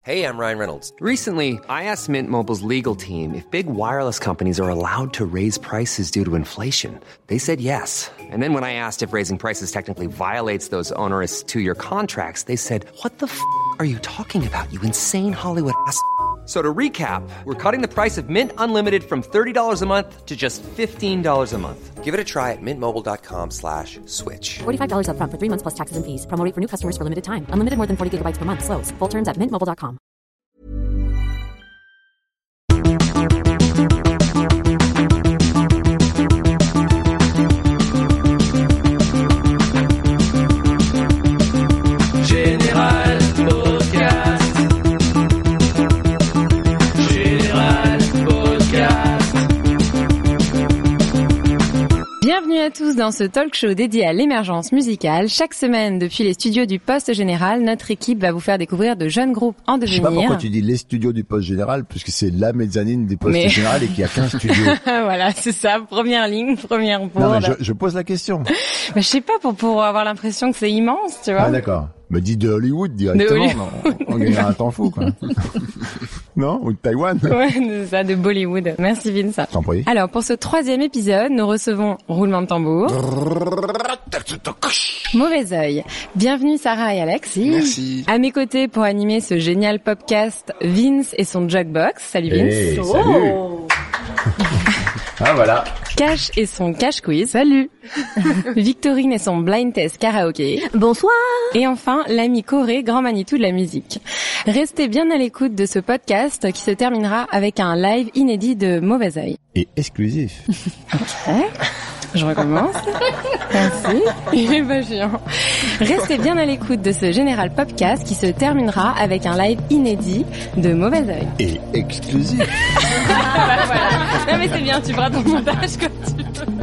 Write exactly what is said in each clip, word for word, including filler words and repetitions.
Hey, I'm Ryan Reynolds. Recently, I asked Mint Mobile's legal team if big wireless companies are allowed to raise prices due to inflation. They said yes. And then when I asked if raising prices technically violates those onerous two-year contracts, they said, what the f*** are you talking about, you insane Hollywood ass f- So to recap, we're cutting the price of Mint Unlimited from thirty dollars a month to just fifteen dollars a month. Give it a try at mintmobile.com slash switch. forty-five dollars up front for three months plus taxes and fees. Promo rate for new customers for limited time. Unlimited more than forty gigabytes per month. Slows full terms at mint mobile dot com. Bienvenue à tous dans ce talk show dédié à l'émergence musicale. Chaque semaine, depuis les studios du Poste Général, notre équipe va vous faire découvrir de jeunes groupes en devenir. Je sais pas pourquoi tu dis les studios du Poste Général, puisque c'est la mezzanine des Postes Mais... Général et qu'il y a quinze studios. Voilà, c'est ça. Première ligne, première bourde. Non, mais je, je pose la question. Mais je sais pas, pour, pour avoir l'impression que c'est immense, tu vois. Ah, d'accord. Me dis de Hollywood directement. De Hollywood. Non, on gagnera un temps fou, quoi. Non? Ou de Taïwan? Ouais, c'est ça, de Bollywood. Merci Vince. T'en prie. Alors, pour ce troisième épisode, nous recevons roulement de tambour. Mauvais œil. Bienvenue Sarah et Alex. Merci. À mes côtés pour animer ce génial podcast, Vince et son jukebox. Salut Vince. Hey, oh. Salut. Ah voilà. Cash et son cash quiz. Salut. Victorine et son blind test karaoké. Bonsoir. Et enfin, l'ami Corée, grand Manitou de la musique. Restez bien à l'écoute de ce podcast qui se terminera avec un live inédit de Mauvais œil. Et exclusif. Ok. Je recommence. Merci. Il est pas chiant. Restez bien à l'écoute de ce général podcast qui se terminera avec un live inédit de Mauvais œil. Et exclusif. Bah, voilà. Non mais c'est bien, tu feras ton montage comme tu veux.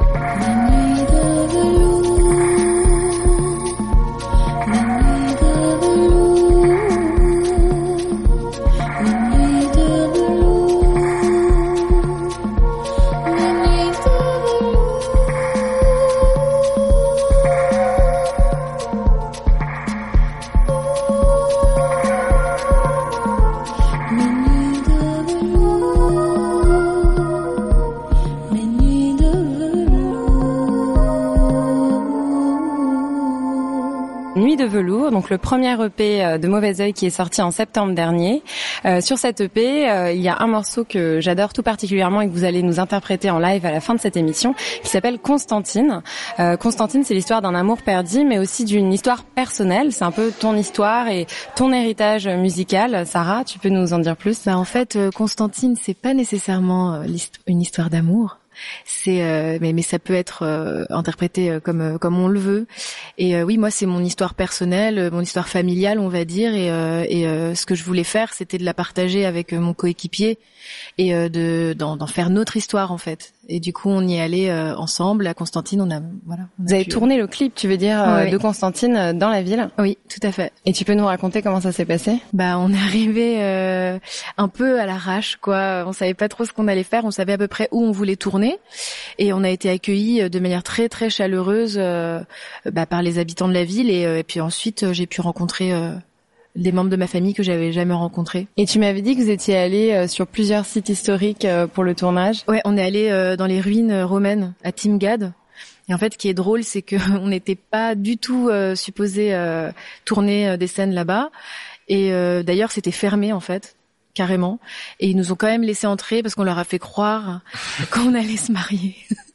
Nuit de velours, donc le premier E P de Mauvais œil qui est sorti en septembre dernier. Euh, sur cet E P, euh, il y a un morceau que j'adore tout particulièrement et que vous allez nous interpréter en live à la fin de cette émission, qui s'appelle Constantine. Euh, Constantine, c'est l'histoire d'un amour perdu, mais aussi d'une histoire personnelle. C'est un peu ton histoire et ton héritage musical. Sarah, tu peux nous en dire plus? Bah en fait, euh, Constantine, c'est pas nécessairement euh, une histoire d'amour. C'est euh, mais mais ça peut être euh, interprété euh, comme euh, comme on le veut. Et euh, oui, moi c'est mon histoire personnelle, euh, mon histoire familiale, on va dire. Et euh, et euh, ce que je voulais faire, c'était de la partager avec euh, mon coéquipier et euh, de d'en, d'en faire notre histoire en fait. Et du coup, on y est allé euh, ensemble à Constantine. On a voilà. On Vous a avez pu... tourné le clip, tu veux dire, euh, oui. de Constantine euh, dans la ville? Oui, tout à fait. Et tu peux nous raconter comment ça s'est passé? Bah, on est arrivé euh, un peu à l'arrache, quoi. On savait pas trop ce qu'on allait faire. On savait à peu près où on voulait tourner, et on a été accueillis de manière très très chaleureuse euh, bah, par les habitants de la ville. Et, euh, et puis ensuite, euh, j'ai pu rencontrer euh, des membres de ma famille que j'avais jamais rencontrés. Et tu m'avais dit que vous étiez allé euh, sur plusieurs sites historiques euh, pour le tournage. Ouais, on est allé euh, dans les ruines romaines à Timgad. Et en fait, ce qui est drôle, c'est que on n'était pas du tout euh, supposé euh, tourner euh, des scènes là-bas. Et euh, d'ailleurs, c'était fermé en fait, carrément. Et ils nous ont quand même laissé entrer parce qu'on leur a fait croire qu'on allait se marier.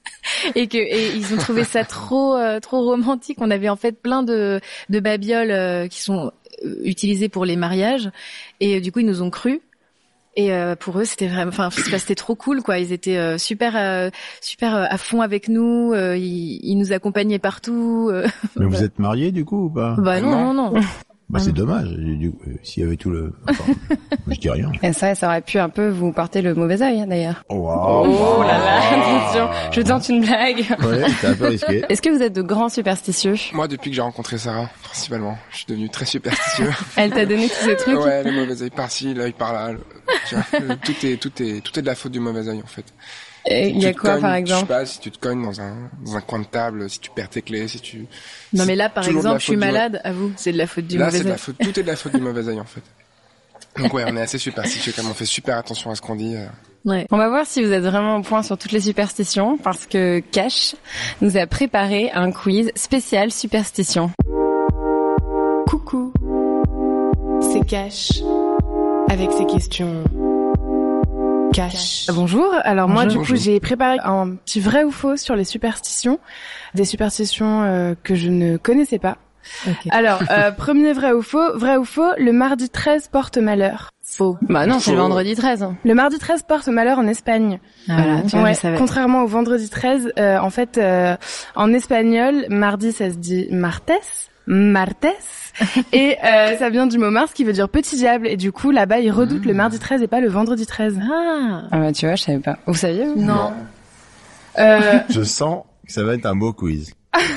Et que et ils ont trouvé ça trop euh, trop romantique. On avait en fait plein de de babioles euh, qui sont utilisées pour les mariages, et euh, du coup ils nous ont cru. Et euh, pour eux c'était vraiment, enfin c'était trop cool quoi. Ils étaient euh, super euh, super euh, à fond avec nous. Euh, ils, ils nous accompagnaient partout. Euh, Mais vous voilà. êtes mariés du coup ou pas? Bah non non non. Bah c'est dommage. Du coup, s'il y avait tout le, enfin, je dis rien. Et ça, ça aurait pu un peu vous porter le mauvais œil d'ailleurs. Wow. Oh là là, attention, je tente une blague. Ouais, c'était un peu risqué. Est-ce que vous êtes de grands superstitieux? Moi, depuis que j'ai rencontré Sarah, principalement, je suis devenu très superstitieux. Elle t'a donné tous ces trucs? Ouais, le mauvais œil par-ci, l'œil par-là. Le... Tu vois, le... tout est, tout est, tout est de la faute du mauvais œil en fait. Et il y a quoi cognes, par exemple? Je sais pas, si tu te cognes dans un, dans un coin de table, si tu perds tes clés, si tu... Non mais là par exemple, je suis malade, du... à vous, c'est de la faute du là, mauvais c'est de œil. la faute, tout est de la faute du mauvais œil en fait. Donc ouais, on est assez superstitieux quand même, on fait super attention à ce qu'on dit. Euh. Ouais. On va voir si vous êtes vraiment au point sur toutes les superstitions, parce que Cash nous a préparé un quiz spécial superstition. Coucou, c'est Cash, avec ses questions Cash. Bonjour, alors moi Bonjour. du coup Bonjour. j'ai préparé un petit vrai ou faux sur les superstitions, des superstitions euh, que je ne connaissais pas. Okay. Alors, euh, premier vrai ou faux, vrai ou faux, le mardi treize porte malheur. Faux. Bah non, c'est le vendredi treize. Le mardi treize porte malheur en Espagne. Voilà, tu vois, Ouais, je savais. contrairement au vendredi treize, euh, en fait, euh, en espagnol, mardi ça se dit martes, martes, et euh, ça vient du mot mars qui veut dire petit diable, et du coup là-bas ils redoutent mmh. le mardi treize et pas le vendredi treize. Ah, Ah bah tu vois, je savais pas. Vous saviez vous? non. Euh, Je sens que ça va être un beau quiz.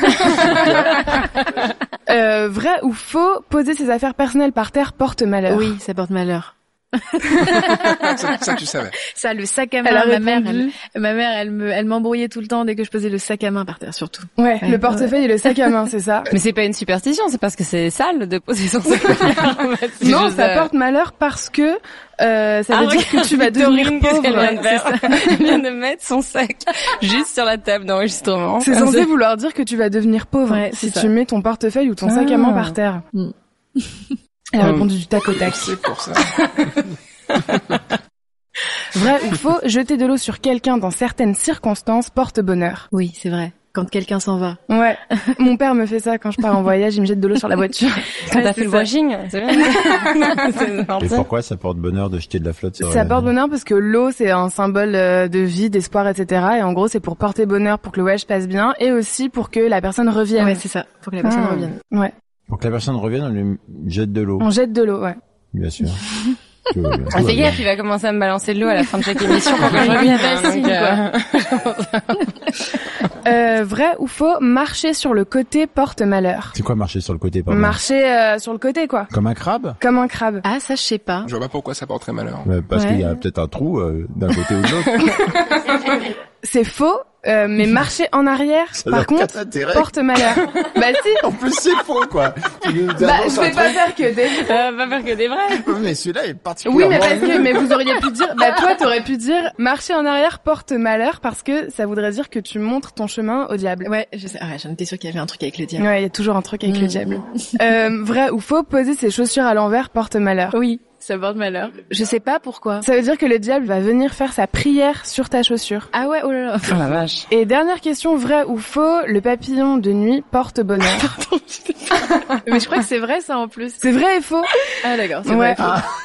euh, vrai ou faux, poser ses affaires personnelles par terre porte malheur. Oui, ça porte malheur. ça, ça, tu savais. Ça, le sac à main, Elle a ma mère, répondu. elle, ma mère, elle me, elle m'embrouillait tout le temps dès que je posais le sac à main par terre, surtout. Ouais, Ouais, le portefeuille et le sac à main, c'est ça. Mais c'est pas une superstition, c'est parce que c'est sale de poser son sac à main. C'est Non, juste, ça euh, porte malheur parce que euh, ça Ah, veut dire regarde, que tu vas devenir Victorine, qu'est-ce pauvre. qu'elle vient de Ouais, faire c'est ça. Elle vient de mettre son sac juste sur la table d'enregistrement. C'est Comme censé ça. vouloir dire que tu vas devenir pauvre Ouais, si c'est ça. tu mets ton portefeuille ou ton sac à Ah. main par terre. Mm. Elle a Mm. répondu du tac au tac. C'est pour ça. Vrai ou faux, jeter de l'eau sur quelqu'un dans certaines circonstances porte bonheur. Oui, c'est vrai. Quand quelqu'un s'en va. Ouais, mon père me fait ça quand je pars en voyage, il me jette de l'eau sur la voiture. Quand Ouais, t'as c'est fait le ça. washing, c'est bien. C'est parti. Et pourquoi ça porte bonheur de jeter de la flotte sur Ça la- porte bonheur parce que l'eau c'est un symbole euh, de vie, d'espoir, et cetera. Et en gros c'est pour porter bonheur, pour que le voyage passe bien et aussi pour que la personne revienne. Ouais, c'est ça. Faut que la personne Ah. revienne. Ouais, Pour que la personne revienne, on lui jette de l'eau. on jette de l'eau, ouais. Bien sûr. Tout va bien. Ah, fais gaffe, il va commencer à me balancer de l'eau à la fin de chaque émission pour que je revienne. hein, Facile, donc, euh, Euh, vrai ou faux, marcher sur le côté porte malheur. C'est quoi marcher sur le côté, pardon? Marcher euh, sur le côté quoi, Comme un crabe? comme un crabe. Ah, ça, je sais pas. Je vois pas pourquoi ça porterait malheur. Ouais, Parce Ouais. qu'il y a peut-être un trou euh, d'un côté ou de l'autre. C'est faux, euh, mais marcher en arrière, Ça par n'a contre, aucun intérêt. porte malheur. Bah si. En plus, c'est faux, quoi. Tu nous Bah, annonces je un vais pas truc. faire que des... euh, va faire que des vrais. Mais celui-là est Oui, particulièrement... mais parce que, mais vous auriez pu dire, bah toi, t'aurais pu dire, marcher en arrière porte malheur parce que ça voudrait dire que tu montres ton chemin au diable. Ouais, je sais. Ah, ouais, j'en étais sûre qu'il y avait un truc avec le diable. Ouais, il y a toujours un truc avec le Mm. diable. Euh, vrai ou faux, poser ses chaussures à l'envers porte malheur. Oui, ça porte malheur. Je sais pas pourquoi. Ça veut dire que le diable va venir faire sa prière sur ta chaussure. Ah ouais, oh là là. Oh la vache. Et dernière question, vrai ou faux, le papillon de nuit porte bonheur. Mais je crois que c'est vrai, ça, en plus. C'est vrai et faux? Ah, d'accord, c'est Ouais. vrai.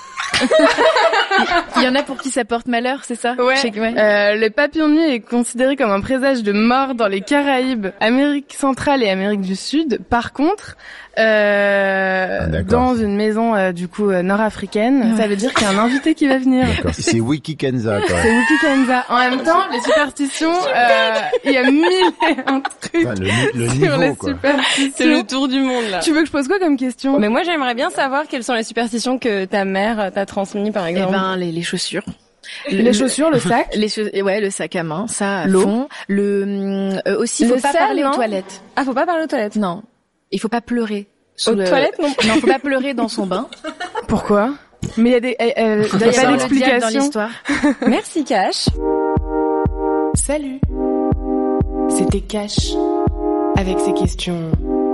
Il y en a pour qui ça porte malheur, c'est ça? Ouais. Je sais que- ouais. Euh, le papillon de nuit est considéré comme un présage de mort dans les Caraïbes, Amérique centrale et Amérique du Sud. Par contre, euh, Ah, d'accord. dans une maison euh, du coup euh, nord-africaine, Ouais. ça veut dire qu'il y a un invité qui va venir. D'accord. C'est Wiki Kenza, quoi. C'est Wiki Kenza. En même temps, les superstitions, euh, il y a mille et un trucs Enfin, le, ni- le sur les niveau, quoi. C'est le superstitions. tour du monde là. Tu veux que je pose quoi comme question? Mais moi j'aimerais bien savoir quelles sont les superstitions que ta mère t'a transmises par Eh exemple. ben, les, les chaussures. Les chaussures, le sac. Les chaussures, ouais, le sac à main, ça à L'eau. fond. Le, hum, euh, aussi, faut Le pas sel, parler non aux toilettes. Ah, faut pas parler aux toilettes. Non. Il faut pas pleurer. Sous Aux le- toilettes, non. Non, faut pas pleurer dans son bain. Pourquoi? Mais il y a des, euh, euh, il y a Il doit y pas avoir le diable dans d'explication. l'histoire. Merci Cash. Salut, c'était Cash, avec ses questions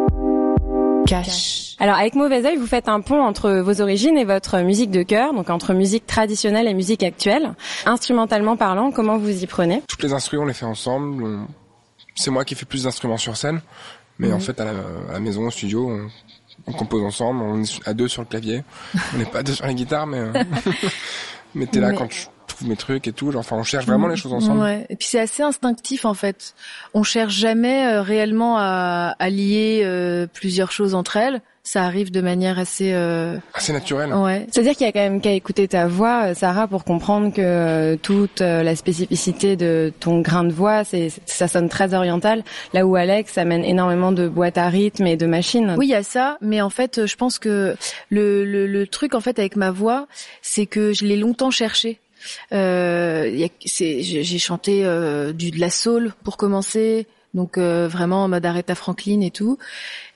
Cash. Alors avec Mauvais Oeil, vous faites un pont entre vos origines et votre musique de cœur, donc entre musique traditionnelle et musique actuelle. Instrumentalement parlant, comment vous y prenez? Toutes les instruments, on les fait ensemble. On- C'est moi qui fais plus d'instruments sur scène. Mais en fait, à la, à la maison, au studio, on, on compose ensemble. On est à deux sur le clavier. On n'est pas à deux sur la guitare, mais... euh, mais t'es là Mais- quand je trouve mes trucs et tout. Genre, enfin, on cherche vraiment les choses ensemble. Ouais. Et puis c'est assez instinctif en fait. On cherche jamais euh, réellement à, à lier euh, plusieurs choses entre elles. Ça arrive de manière assez. Euh... Assez naturel. Ouais. C'est-à-dire qu'il y a quand même qu'à écouter ta voix, euh, Sarah, pour comprendre que euh, toute euh, la spécificité de ton grain de voix, c'est ça sonne très oriental, là où Alex amène énormément de boîtes à rythme et de machines. Oui, il y a ça, mais en fait, je pense que le, le, le truc en fait avec ma voix, c'est que je l'ai longtemps cherché. Euh, il y a, c'est, j'ai j'ai chanté euh, du de la soul pour commencer, donc euh, vraiment en mode Aretha Franklin et tout.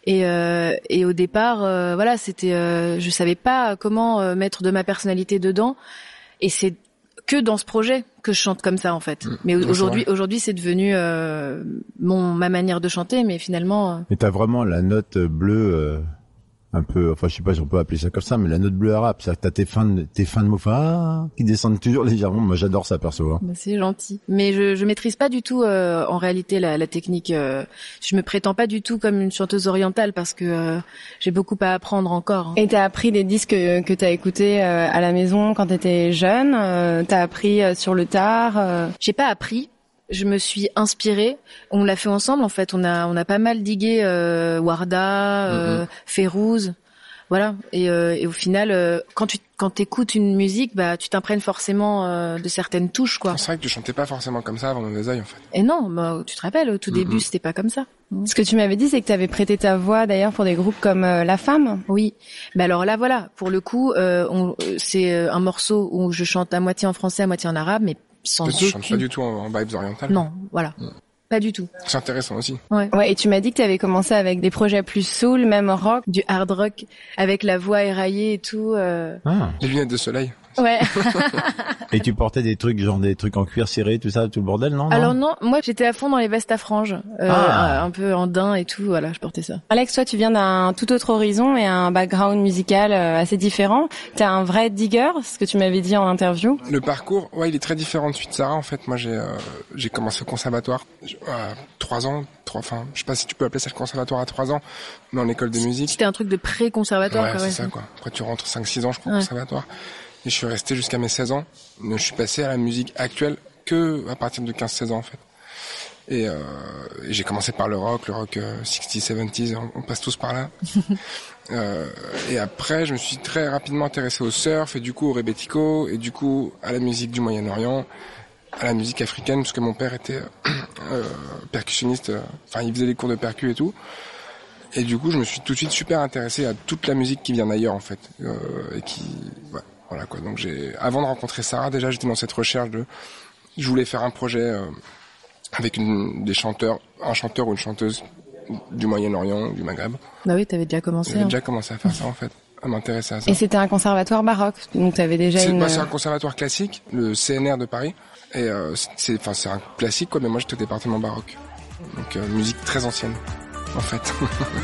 Et, euh, et au départ, euh, voilà, c'était, euh, je savais pas comment euh, mettre de ma personnalité dedans. Et c'est que dans ce projet que je chante comme ça en fait. Mmh, mais aujourd'hui, aujourd'hui, c'est devenu euh, mon ma manière de chanter. Mais finalement. Euh... Mais t'as vraiment la note bleue. Euh... un peu, enfin je sais pas si on peut appeler ça comme ça, mais la note bleue arabe, c'est-à-dire que t'as tes fins de, tes fins de mots ah, qui descendent toujours légèrement. Moi j'adore ça perso. Hein. Bah, c'est gentil. Mais je, je maîtrise pas du tout euh, en réalité la, la technique. Euh, je me prétends pas du tout comme une chanteuse orientale parce que euh, j'ai beaucoup à apprendre encore. Hein. Et t'as appris des disques que, que t'as écoutés euh, à la maison quand t'étais jeune. Euh, t'as appris euh, sur le tard. Euh... J'ai pas appris. Je me suis inspirée. On l'a fait ensemble en fait. On a on a pas mal digué euh, Warda, euh, mm-hmm. Férouz, voilà. Et, euh, et au final, euh, quand tu quand t'écoutes une musique, bah tu t'imprègnes forcément euh, de certaines touches quoi. C'est vrai que tu chantais pas forcément comme ça avant Mauvais Oeil en fait. Et non, bah, tu te rappelles au tout mm-hmm. début c'était pas comme ça. Ce que tu m'avais dit, c'est que tu avais prêté ta voix d'ailleurs pour des groupes comme euh, La Femme. Oui. Mais alors là voilà, pour le coup, euh, on, c'est un morceau où je chante à moitié en français, à moitié en arabe, mais sans aucune... Tu chantes pas du tout en, en vibes orientales. Non, voilà. Mm. Pas du tout. C'est intéressant aussi. Ouais. Ouais, et tu m'as dit que tu avais commencé avec des projets plus soul, même rock, du hard rock, avec la voix éraillée et tout. Euh... Ah. Les lunettes de soleil. Ouais. Et tu portais des trucs, genre des trucs en cuir ciré, tout ça, tout le bordel, non? Alors non, moi j'étais à fond dans les vestes à franges, euh, ah. un peu en daim et tout, voilà, je portais ça. Alex, toi tu viens d'un tout autre horizon et un background musical assez différent. T'es un vrai digger, ce que tu m'avais dit en interview. Le parcours, ouais, il est très différent de celui de Sarah en fait. Moi j'ai euh, j'ai commencé au conservatoire à trois ans, trois, enfin, je sais pas si tu peux appeler ça le conservatoire à trois ans, mais en école de musique. C'était un truc de pré-conservatoire. Ouais, quoi, c'est ouais. ça quoi. Après tu rentres cinq six ans je crois au ouais. conservatoire. Et je suis resté jusqu'à mes seize ans. Je suis passé à la musique actuelle que à partir de quinze seize ans en fait. Et, euh, et j'ai commencé par le rock, le rock euh, sixties, seventies, on, on passe tous par là. euh, et après, je me suis très rapidement intéressé au surf et du coup au rebetiko et du coup à la musique du Moyen-Orient, à la musique africaine parce que mon père était euh, percussionniste. Enfin, euh, il faisait des cours de percu et tout. Et du coup, je me suis tout de suite super intéressé à toute la musique qui vient d'ailleurs en fait euh, et qui ouais. Voilà quoi. Donc j'ai, avant de rencontrer Sarah, déjà j'étais dans cette recherche de, je voulais faire un projet euh, avec une, des chanteurs, un chanteur ou une chanteuse du Moyen-Orient, du Maghreb. Bah oui, t'avais déjà commencé. J'avais hein. déjà commencé à faire ça en fait, à m'intéresser à ça. Et c'était un conservatoire baroque, donc t'avais déjà c'est, une. Bah, c'est un conservatoire classique, le C N R de Paris, et euh, c'est, enfin c'est un classique quoi, mais moi j'étais au département baroque, donc euh, musique très ancienne, en fait.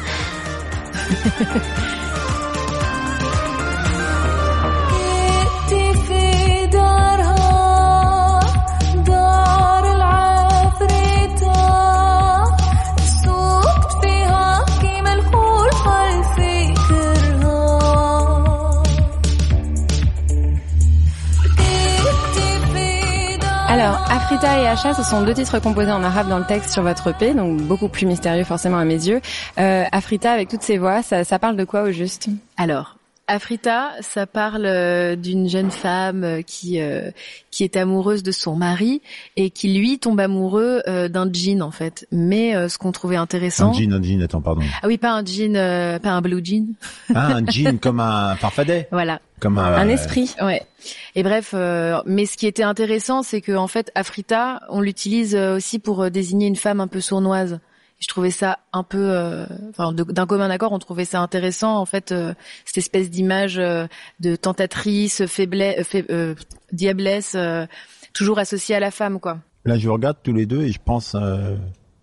Alors, Afrita et Acha, ce sont deux titres composés en arabe dans le texte sur votre E P, donc beaucoup plus mystérieux forcément à mes yeux. Euh, Afrita, avec toutes ces voix, ça, ça parle de quoi au juste? Alors, Afrita, ça parle euh, d'une jeune femme euh, qui euh, qui est amoureuse de son mari et qui lui tombe amoureux euh, d'un djinn en fait. Mais euh, ce qu'on trouvait intéressant. Un djinn, un djinn, attends, pardon. Ah oui, pas un djinn, euh, pas un blue djinn. Ah, un djinn comme un farfadet. Voilà. Comme un, un esprit. Ouais. Et bref, euh, mais ce qui était intéressant, c'est que en fait, Afrita, on l'utilise aussi pour euh, désigner une femme un peu sournoise. Je trouvais ça un peu, euh, enfin, de, d'un commun accord, on trouvait ça intéressant, en fait, euh, cette espèce d'image euh, de tentatrice, faiblesse, euh, euh, diablesse, euh, toujours associée à la femme, quoi. Là, je vous regarde tous les deux et je pense euh,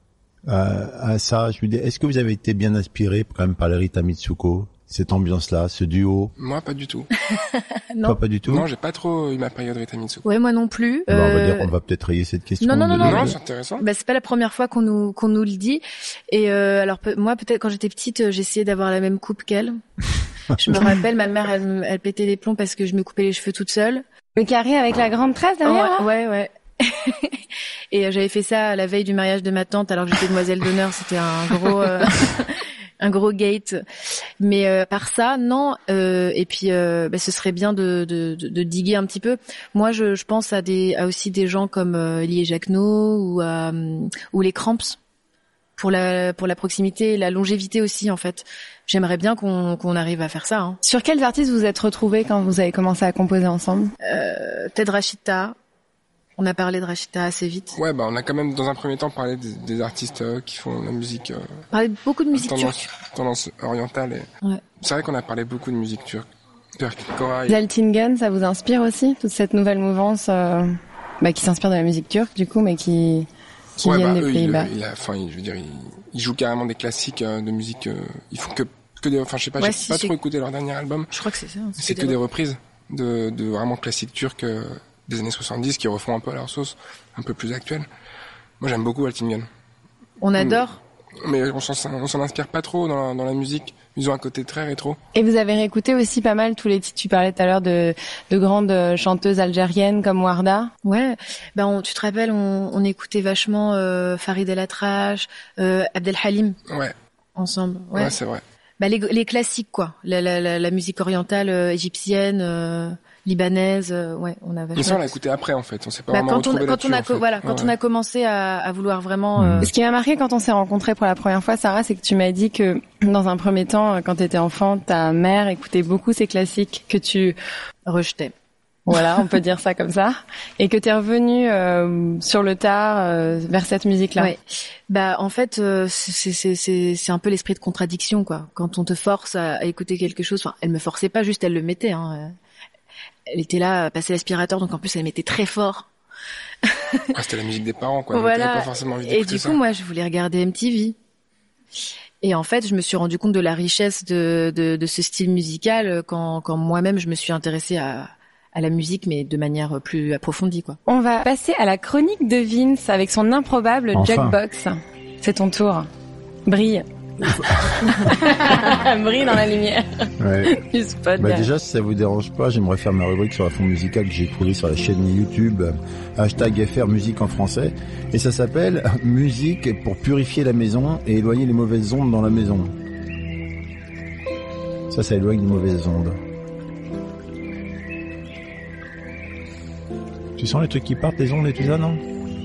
à, à ça. Je me dis, est-ce que vous avez été bien inspiré quand même par Rita Mitsuko, cette ambiance-là, ce duo? Moi, pas du tout. Non. Toi, pas du tout. Non, j'ai pas trop eu ma période Rita Mitsuko. Ouais, moi non plus. Bah, on va euh... dire, on va peut-être rayer cette question. Non, non, non, non, non. non c'est intéressant. Bah, c'est pas la première fois qu'on nous qu'on nous le dit. Et euh, alors pe- moi, peut-être quand j'étais petite, j'essayais d'avoir la même coupe qu'elle. Je me rappelle, ma mère, elle, elle pétait les plombs parce que je me coupais les cheveux toute seule. Le carré avec la grande tresse derrière. Ouais, ouais, ouais. Et euh, j'avais fait ça à la veille du mariage de ma tante, alors que j'étais demoiselle d'honneur. C'était un gros. Euh... un gros gate, mais euh, par ça non. Euh, et puis euh, bah, ce serait bien de, de, de, de diguer un petit peu. Moi je, je pense à des à aussi des gens comme euh, Elie Jacquenot ou à, ou les Cramps pour la pour la proximité et la longévité aussi en fait. J'aimerais bien qu'on qu'on arrive à faire ça. Hein. Sur quels artistes vous êtes retrouvés quand vous avez commencé à composer ensemble? euh, Ted Rachita, On a parlé de Rachida assez vite. Ouais, bah on a quand même dans un premier temps parlé des, des artistes euh, qui font la musique. Euh, parlé beaucoup de musique tendance, turque. Tendance orientale. Et... Ouais. C'est vrai qu'on a parlé beaucoup de musique turque. turque Koray. Zaltingen, ça vous inspire aussi, toute cette nouvelle mouvance euh, bah, qui s'inspire de la musique turque, du coup, mais qui qui ouais, viennent bah, des eux, Pays-Bas. Il, il a, enfin, il, je veux dire, il, il joue carrément des classiques euh, de musique. Euh, ils font que que des, enfin, je sais pas, ouais, j'ai si, pas c'est... trop écouté leur dernier album. Je crois que c'est ça. C'est, c'est que des, des reprises de de vraiment classiques turcs euh, des années soixante-dix qui refont un peu à leur sauce, un peu plus actuelle. Moi, j'aime beaucoup Zaltingen. On adore. Mais on s'en, on s'en inspire pas trop dans la, dans la musique. Ils ont un côté très rétro. Et vous avez réécouté aussi pas mal tous les titres. Tu parlais tout à l'heure de, de grandes chanteuses algériennes comme Warda. Ouais. Ben, on, tu te rappelles, on, on écoutait vachement euh, Farid El Atrache, euh, Abdel Halim. Ouais. Ensemble. Ouais, ouais c'est vrai. Bah les, les classiques quoi. La, la, la, la musique orientale, euh, égyptienne, euh, libanaise. Euh, ouais, on a vachement. Mais ça, on l'a écouté après en fait. On s'est pas bah, vraiment quand retrouvé on, quand on a, en fait. voilà, quand ouais. on a commencé à, à vouloir vraiment. Euh... Ce qui m'a marqué quand on s'est rencontrés pour la première fois, Sarah, c'est que tu m'as dit que dans un premier temps, quand t'étais enfant, ta mère écoutait beaucoup ces classiques que tu rejetais. Voilà, on peut dire ça comme ça, et que t'es revenue euh, sur le tard euh, vers cette musique-là. Ouais. Bah en fait, euh, c'est c'est c'est c'est un peu l'esprit de contradiction quoi. Quand on te force à, à écouter quelque chose, enfin, elle me forçait pas, juste elle le mettait. Hein. Elle était là à passer l'aspirateur, donc en plus elle mettait très fort. Ah, c'était la musique des parents quoi. Voilà. Donc, pas forcément envie et du ça. coup, moi, je voulais regarder M T V. Et en fait, je me suis rendu compte de la richesse de de, de ce style musical quand quand moi-même je me suis intéressée à à la musique, mais de manière plus approfondie, quoi. On va passer à la chronique de Vince avec son improbable enfin. Jukebox. C'est ton tour. Brille. Brille dans la lumière. Ouais. Du spot. Bah déjà, si ça vous dérange pas, j'aimerais faire ma rubrique sur la fond musicale que j'ai trouvée sur la chaîne YouTube, hashtag F R musique en français. Et ça s'appelle Musique pour purifier la maison et éloigner les mauvaises ondes dans la maison. Ça, ça éloigne les mauvaises ondes. Tu sens les trucs qui partent, les ondes et tout ça, non?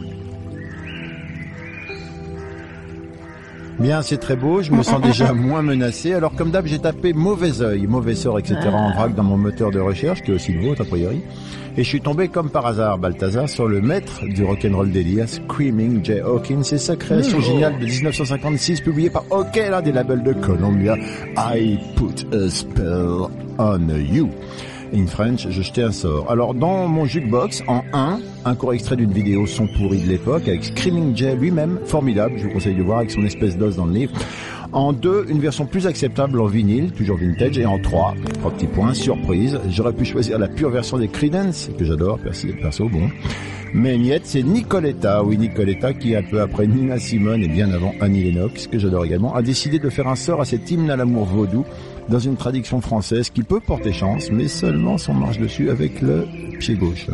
Bien, c'est très beau, je me sens déjà moins menacé. Alors comme d'hab, j'ai tapé mauvais œil, mauvais sort, et cetera en vrac dans mon moteur de recherche, qui est aussi le vôtre a priori. Et je suis tombé comme par hasard, Balthazar, sur le maître du rock'n'roll délire, Screaming Jay Hawkins, et sa création mmh. géniale de dix-neuf cent cinquante-six, publiée par OK, l'un des labels de Columbia, I Put a Spell on You. In French, je jetais un sort. Alors, dans mon jukebox, en un, un court extrait d'une vidéo son pourri de l'époque, avec Screaming Jay lui-même, formidable, je vous conseille de voir, avec son espèce d'os dans le livre. En deux, une version plus acceptable en vinyle, toujours vintage. Et en trois, trois petits points, surprise, j'aurais pu choisir la pure version des Creedence, que j'adore, perso, perso bon. Mais Miette, c'est Nicoletta, oui Nicoletta, qui un peu après Nina Simone et bien avant Annie Lennox, que j'adore également, a décidé de faire un sort à cet hymne à l'amour vaudou, dans une traduction française qui peut porter chance, mais seulement si on marche dessus avec le pied gauche.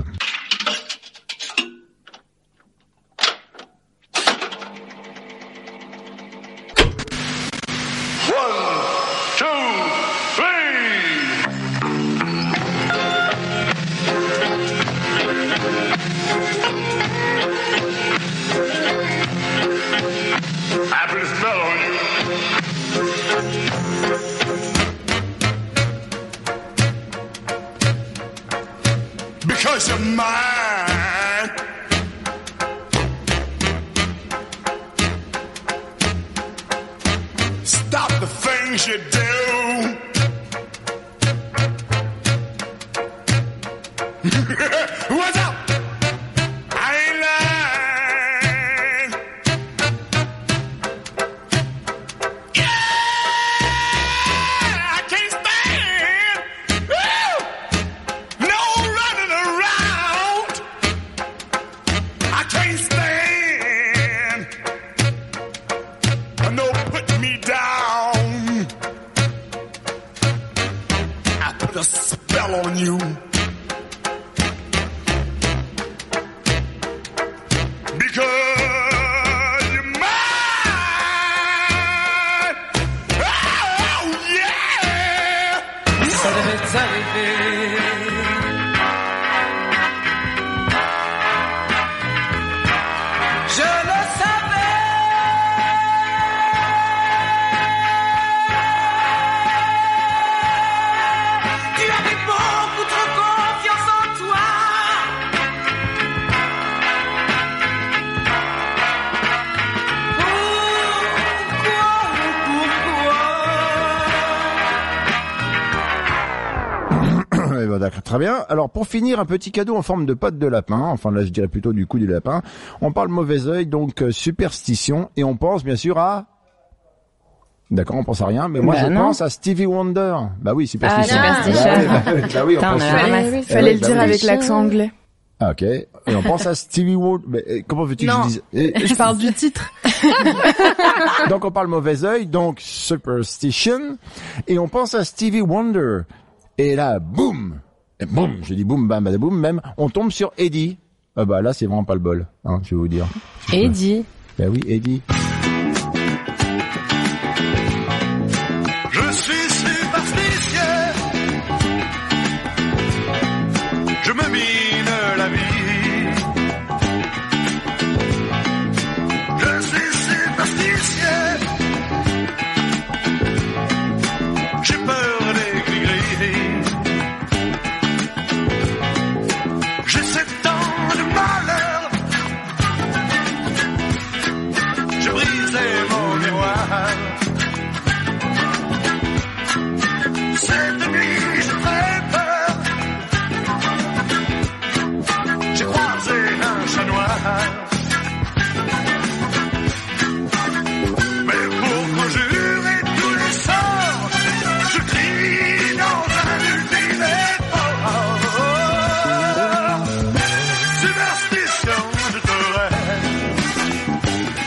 Because you're mine. Stop the things you do. What's up? I ain't lying. Yeah, I can't stand. Woo! No running around. I can't stand. No put me down. I put a spell on you. D'accord, très bien. Alors pour finir, un petit cadeau en forme de patte de lapin. Enfin là, je dirais plutôt du cou du lapin. On parle mauvais œil, donc euh, superstition, et on pense bien sûr à. D'accord, on pense à rien, mais moi bah je non. pense à Stevie Wonder. Bah oui, superstition. Ah, superstition. Bah, bah, bah oui, on Putain, pense on a à... un Eh oui, Eh fallait oui, le bah dire oui. avec l'accent anglais. Ah, ok. Et on pense à Stevie Wonder. Mais eh, comment veux-tu que Non. je dise eh, Je parle du titre. Donc on parle mauvais œil, donc superstition, et on pense à Stevie Wonder. Et là, boum, et boum, je dis boum, bam, bam, boum, même, on tombe sur Eddie. Ah bah là, c'est vraiment pas le bol, hein, je vais vous dire. Eddie. Bah oui, Eddie. Je suis superstitieux. Je me mine la vie. Je suis superstitieux. J'ai peur des gris-gris. J'ai sept ans de malheur. J'ai brisé mon miroir. Cette nuit, j'ai très peur. J'ai croisé un chat noir. Mais pour conjurer tous les sorts, je crie dans un ultimate fort. Superstition, je te rêve.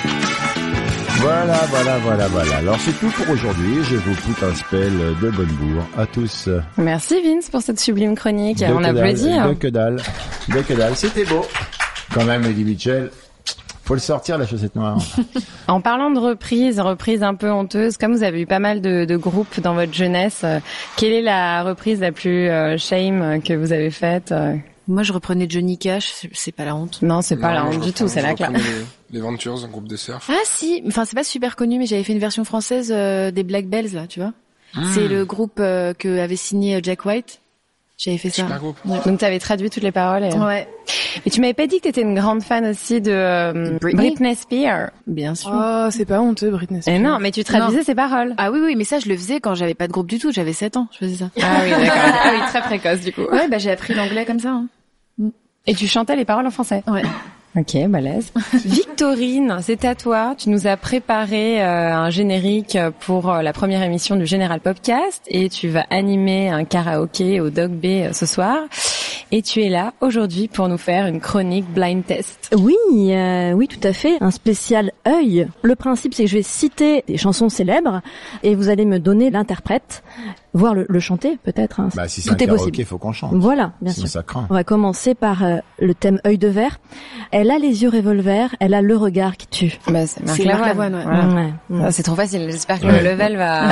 Voilà, voilà, voilà, voilà. Alors c'est tout pour aujourd'hui. Je vous foute un spell de bonne bourre à tous. Merci Vince pour cette sublime chronique. De On que dalle, applaudit. hein. De que dalle, de que dalle. C'était beau. Quand même, Eddie Mitchell. Faut le sortir, la chaussette noire. En parlant de reprise, reprise un peu honteuse, comme vous avez eu pas mal de, de groupes dans votre jeunesse, euh, quelle est la reprise la plus euh, shame que vous avez faite euh Moi, je reprenais Johnny Cash, c'est- c'est pas la honte. Non, c'est pas Non, la moi, honte je du tout, reprends- c'est je la classe. reprenais Les, les Ventures, un groupe de surf. Ah si, enfin c'est pas super connu, mais j'avais fait une version française euh, des Black Bells là, tu vois. Ah. C'est le groupe euh, que avait signé Jack White. J'avais fait ça. Super groupe. Donc tu avais traduit toutes les paroles. Et... Ouais, Et tu m'avais pas dit que tu étais une grande fan aussi de euh, Britney Britney Spears. bien sûr. Oh, c'est pas honteux, Britney Spears. Et non, mais tu traduisais ses paroles. Ah oui oui, mais ça je le faisais quand j'avais pas de groupe du tout, j'avais sept ans, je faisais ça. Ah oui, d'accord. Ah oui, très précoce du coup. Ouais, bah j'ai appris l'anglais comme ça. Hein. Et tu chantais les paroles en français. Ouais. Ok, balèze. Victorine, c'est à toi. Tu nous as préparé euh, un générique pour euh, la première émission du Général Popcast et tu vas animer un karaoké au Dog Bay euh, ce soir. Et tu es là aujourd'hui pour nous faire une chronique blind test. Oui, euh, oui, tout à fait. Un spécial œil. Le principe, c'est que je vais citer des chansons célèbres et vous allez me donner l'interprète, voire le, le chanter peut-être. Hein. Bah si c'est tout un est karaoké, possible. faut qu'on chante. Voilà, bien Sinon sûr. ça craint. On va commencer par euh, le thème œil de verre. Elle a les yeux revolver, elle a le regard qui tue. Bah, c'est Marc C'est Marc Lavoine. Lavoine, ouais. Voilà. Ouais. Ah, c'est trop facile. J'espère que Ouais. le level va...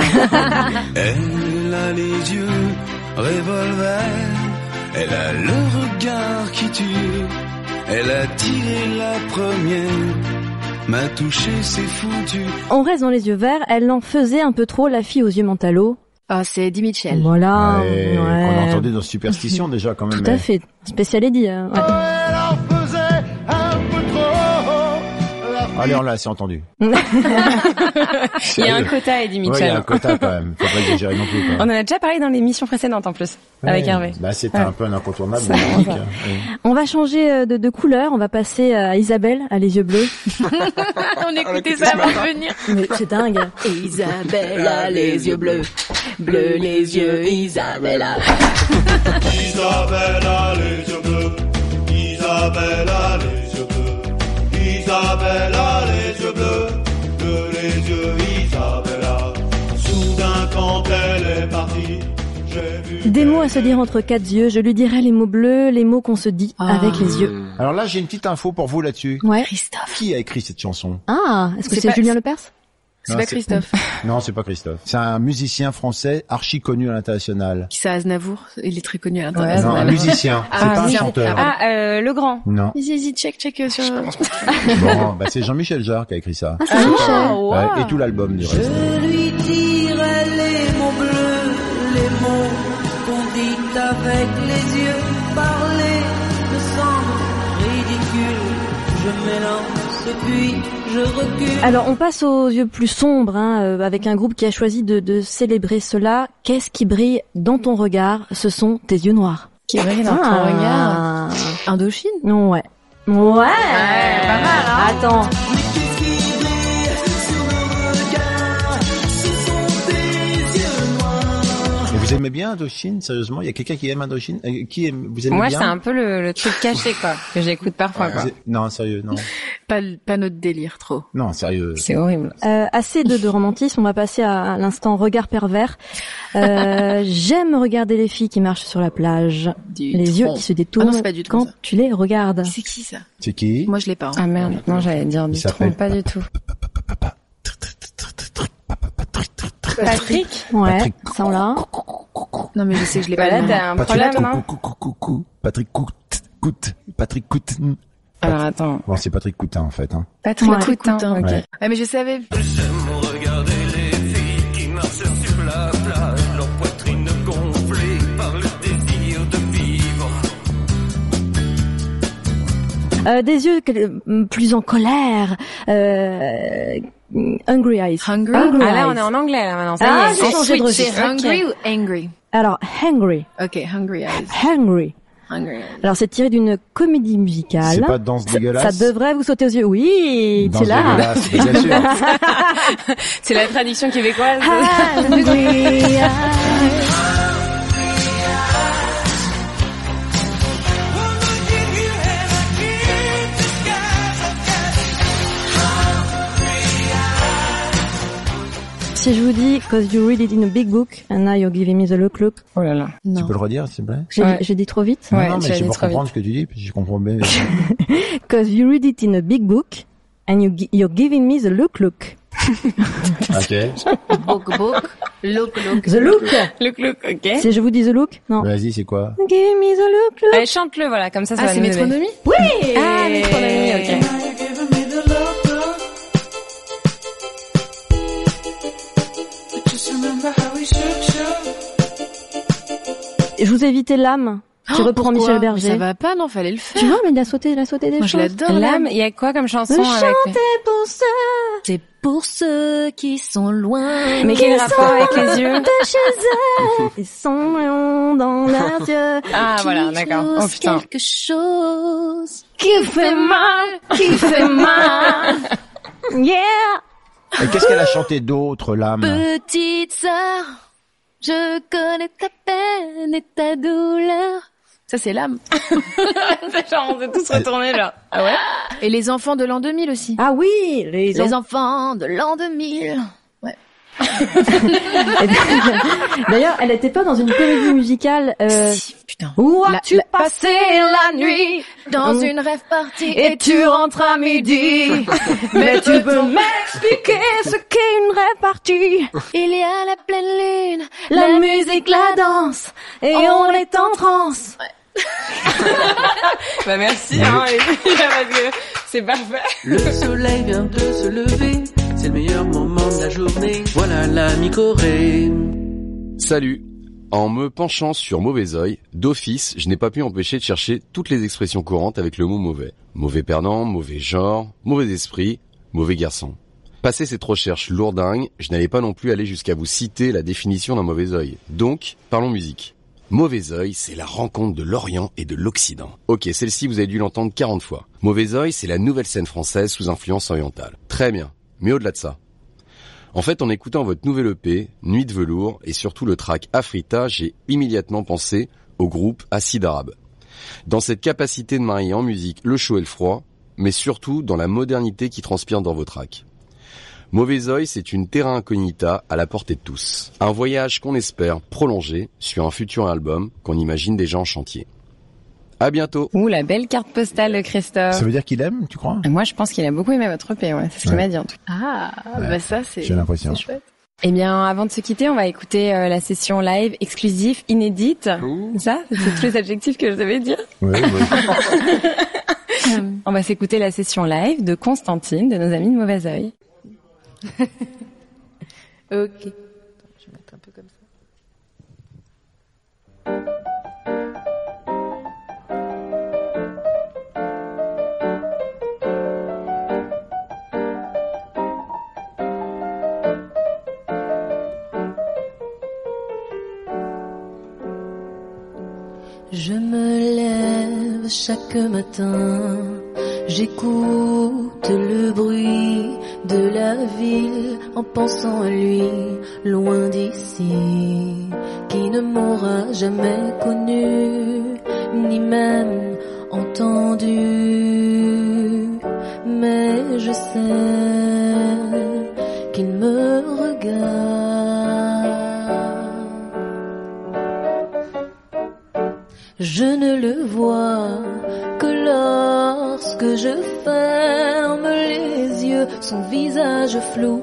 Elle a les yeux revolver, elle a le regard qui tue, elle a tiré la première, m'a touché, c'est foutu. On reste dans les yeux verts, elle en faisait un peu trop la fille aux yeux mentalo. Ah, c'est Eddie Mitchell. Voilà. Ouais, ouais. qu'on a entendu dans Superstition déjà quand même. Tout à fait. Spécial Eddie. Hein. Ouais. Elle en faisait un peu trop. Allez, on l'a assez entendu. Il y a un quota, Eddie Ouais, il y Mitchell. a un quota quand même. Faut pas exagérer non plus. Quoi. On en a déjà parlé dans l'émission précédente en plus, avec Ouais. Hervé. Bah c'était Ouais. un peu un incontournable. Ça, magnifique, ça. hein. Ouais. On va changer euh, de, de couleur, on va passer à Isabelle, à les yeux bleus. On écoutait ça avant de venir. Mais c'est dingue. Isabelle a les yeux bleus, bleus les yeux, Isabella. Isabelle a les yeux bleus, Isabelle a les yeux bleus, Isabelle a les yeux bleus, bleus les yeux, Isabella. Soudain quand elle est partie, j'ai vu. Des mots à se dire entre quatre yeux, je lui dirai les mots bleus, les mots qu'on se dit Ah. avec les yeux. Alors là, j'ai une petite info pour vous là-dessus. Ouais. Christophe. Qui a écrit cette chanson? Ah, est-ce que C'est c'est pas- Julien Lepers? C'est Non, pas Christophe. Non, c'est pas Christophe. C'est un musicien français archi connu à l'international. Qui c'est Aznavour, il est très connu à Ouais, l'international. Non, un voilà. musicien. C'est Ah, pas un oui. chanteur. Ah, euh, le grand. Non. Vas-y, vas-y, check, check euh, sur... Bon, bah c'est Jean-Michel Jarre qui a écrit ça. Ah, c'est Michel. wow. Ouais, et tout l'album du reste. Je lui dirai les mots bleus, les mots qu'on dit avec les yeux. Parler me semble ridicule. Je m'élance puis je recule. Alors, on passe aux yeux plus sombres, hein, euh, avec un groupe qui a choisi de, de célébrer cela. Qu'est-ce qui brille dans ton regard? Ce sont tes yeux noirs. Qui brille dans Ah. ton regard. Indochine? Ouais. Ouais. Ouais, pas mal, hein. Attends. Et vous aimez bien Indochine, sérieusement? Il y a quelqu'un qui aime Indochine? Euh, Qui aime, vous aimez Moi, bien? c'est un peu le, le truc caché, quoi, que j'écoute parfois, Vous quoi. êtes- Non, sérieux, non. Pas, pas notre délire, trop. Non, sérieux. C'est horrible. Euh, assez de, de romantisme, on va passer à, à l'instant regard pervers. Euh, j'aime regarder les filles qui marchent sur la plage, Du les tronc. yeux qui se détournent Ah non, c'est pas du tronc, quand ça. tu les regardes. C'est qui ça? C'est qui? Moi, je l'ai pas. hein. Ah merde, non, j'allais dire Il du s'appelle tronc, pas du tout. Patrick? Ouais, Patrick. ça on l'a. Non, mais je sais que je l'ai Bah pas. là, le nom. t'as un Patrick problème, non? Cou- cou- cou- cou- Patrick Cout, Cout, Patrick Cout. Alors attends, Bon, c'est Patrick Coutin, en fait, hein. Patrick Ouais. Coutin, Coutin, ok. Ouais. Ah, mais je savais. Regarder les filles qui marchent sur la plage, leur poitrine gonflée par le désir de vivre. Euh, des yeux que- plus en colère. Euh, hungry eyes. Hungry? Hungry Ah là, on eyes. est en anglais, là, maintenant, ça Ah, y est. j'ai changé de C'est registre. hungry Ok. ou angry? Alors, hungry. Ok, hungry eyes. Hungry. Hungry eyes. Alors, c'est tiré d'une comédie musicale. C'est pas Danse Ça- dégueulasse? Ça devrait vous sauter aux yeux. Oui, Danse c'est là. dégueulasse, bien sûr. C'est la traduction québécoise. Hungry eyes. Si je vous dis, cause you read it in a big book, and now you're giving me the look look. Oh là là. Tu Non. peux le redire, s'il te plaît? J'ai Ouais. j'ai dit trop vite? Ouais, non, tu mais l'as je dit vais trop comprendre vite. ce que tu dis, puis je comprends bien. Cause you read it in a big book, and you, gi- you're giving me the look look. Ok. Book, book. Look, look. The look. Look, look, ok. Si je vous dis the look? Non. Vas-y, c'est quoi? Give me the look look. Allez, chante-le, voilà, comme ça, ça Ah, va c'est nous aider. métronomie? Oui! Ah, métronomie, ok. Je vous ai évité l'âme. Tu Oh, reprends pourquoi? Michel Mais Berger. ça va pas, non, fallait le faire. Tu vois, mais il a sauté, il a sauté des Moi, je choses. l'adore, L'âme, l'âme. il y a quoi comme chanson Me avec... chanter pour ça. C'est pour ceux qui sont loin. Mais quel rapport avec les yeux? De chez eux. Ils sont dans leurs yeux. Ah, voilà, d'accord. Oh putain. Quelque chose. Qui fait mal, qui fait mal. Yeah. Et qu'est-ce qu'elle a chanté d'autre, l'âme? Petite sœur, je connais ta peine et ta douleur. Ça, c'est l'âme. Genre, on s'est tous retournés, genre. Ah ouais? Et les enfants de l'an deux mille aussi. Ah oui, les, Les enfants de l'an deux mille. Ouais. D'ailleurs, elle était pas dans une comédie musicale. Euh... Si, putain. Où La- as-tu la- passé la nuit? Dans Hum. une rêve partie Et tu rentres à midi. Mais tu peux m'expliquer ce qu'est une répartie? il y a la pleine lune. La musique, la danse, et on est en transe. Bah merci, hein, les filles, parce que c'est parfait. Le soleil vient de se lever, c'est le meilleur moment de la journée. Voilà l'ami Corée. Salut. En me penchant sur Mauvais Oeil, d'office, je n'ai pas pu empêcher de chercher toutes les expressions courantes avec le mot mauvais. Mauvais perdant, mauvais genre, mauvais esprit, mauvais garçon. Passé cette recherche lourdingue, je n'allais pas non plus aller jusqu'à vous citer la définition d'un mauvais œil. Donc, parlons musique. Mauvais Oeil, c'est la rencontre de l'Orient et de l'Occident. Ok, celle-ci vous avez dû l'entendre quarante fois. Mauvais Oeil, c'est la nouvelle scène française sous influence orientale. Très bien, mais au-delà de ça. En fait, en écoutant votre nouvel E P, Nuit de velours, et surtout le track Afrita, j'ai immédiatement pensé au groupe Acide Arabe. Dans cette capacité de marier en musique le chaud et le froid, mais surtout dans la modernité qui transpire dans vos tracks. Mauvais Oeil, c'est une terra incognita à la portée de tous. Un voyage qu'on espère prolonger sur un futur album qu'on imagine déjà en chantier. À bientôt. Ouh, la belle carte postale de Christophe. Ça veut dire qu'il aime, tu crois? Moi, je pense qu'il a beaucoup aimé votre E P, ouais. C'est ce qu'il Ouais. m'a dit, en tout cas. Ah, Ouais. bah ça, c'est... J'ai l'impression. c'est chouette. Eh bien, avant de se quitter, on va écouter euh, la session live exclusive, inédite. Ça, c'est tous les adjectifs que je devais dire. Oui, oui. On va s'écouter la session live de Constantine, de nos amis de Mauvais Oeil. Ok. Je vais mettre un peu comme ça. Je chaque matin, j'écoute le bruit de la ville en pensant à lui, loin d'ici, qui ne m'aura jamais connu, ni même entendu. Mais je sais qu'il me regarde. Je ne le vois que lorsque je ferme les yeux, son visage flou,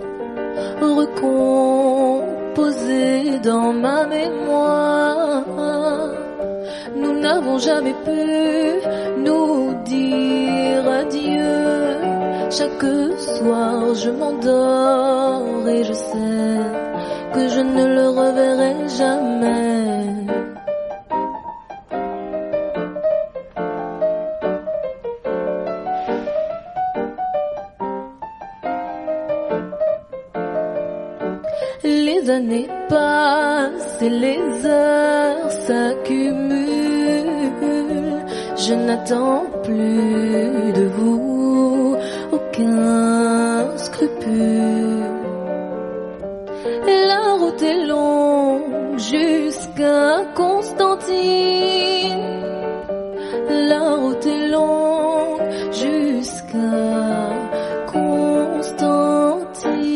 recomposé dans ma mémoire. Nous n'avons jamais pu nous dire adieu. Chaque soir je m'endors et je sais que je ne le reverrai jamais. Les années passent et les heures s'accumulent. Je n'attends plus de vous aucun scrupule. Et la route est longue jusqu'à Constantine. La route est longue jusqu'à Constantine.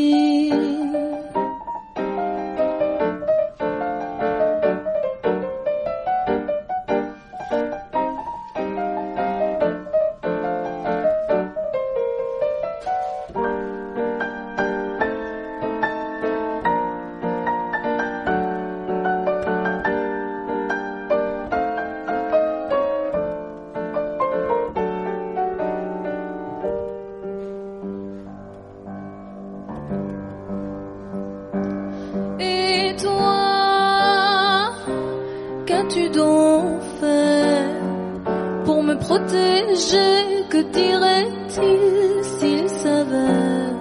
Qu'as-tu donc fait pour me protéger? Que dirait-il s'il savait?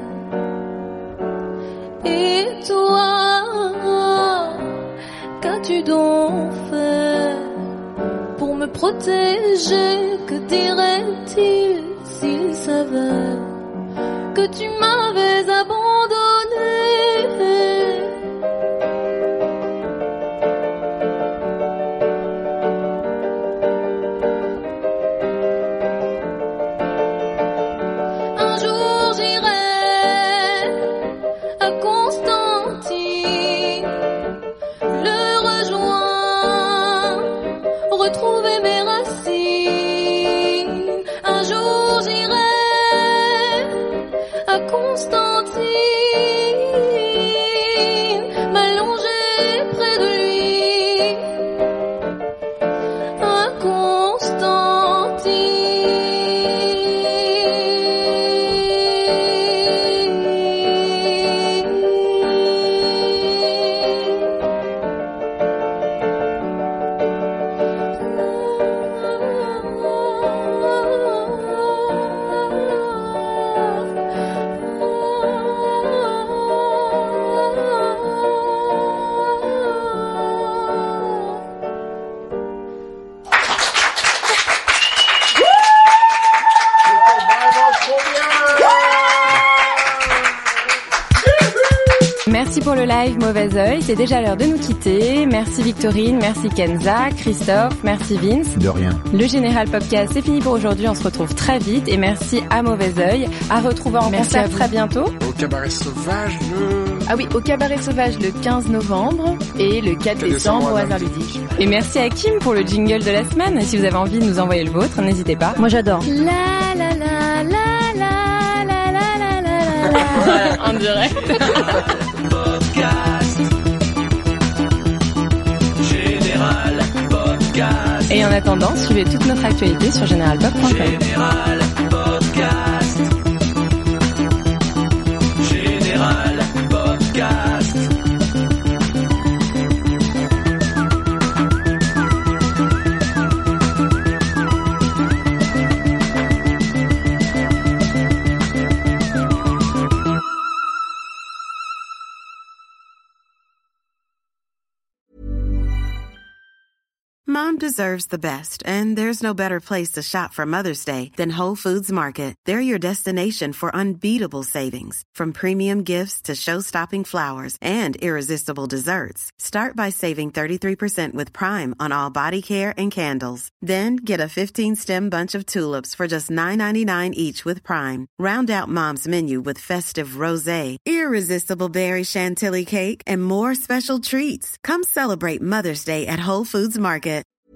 Et toi, qu'as-tu donc fait pour me protéger? Que dirait-il s'il savait que tu m'avais abandonné? Retrouver mes racines. Un jour j'irai à Constantine, m'allonger près de lui. À Constantine. Merci pour le live Mauvais Oeil, c'est déjà l'heure de nous quitter. Merci Victorine, merci Kenza, Christophe, merci Vince. De rien. Le Général Podcast, c'est fini pour aujourd'hui, on se retrouve très vite et merci à Mauvais Oeil, à retrouver en Merci concert à vous. très bientôt. Au Cabaret Sauvage le... Ah oui, au Cabaret Sauvage le quinze novembre et le quatre décembre au Hasard Ludique. Et merci à Kim pour le jingle de la semaine. Et si vous avez envie de nous envoyer le vôtre, n'hésitez pas. Moi j'adore. La la la la la la la la la la. En direct. Général Podcast. Et en attendant, suivez toute notre actualité sur général pop point com. Général Podcast. Général Podcast. Mom deserves the best, and there's no better place to shop for Mother's Day than Whole Foods Market. They're your destination for unbeatable savings, from premium gifts to show-stopping flowers and irresistible desserts. Start by saving thirty-three percent with Prime on all body care and candles. Then get a fifteen-stem bunch of tulips for just nine ninety-nine each with Prime. Round out Mom's menu with festive rosé, irresistible berry chantilly cake, and more special treats. Come celebrate Mother's Day at Whole Foods Market.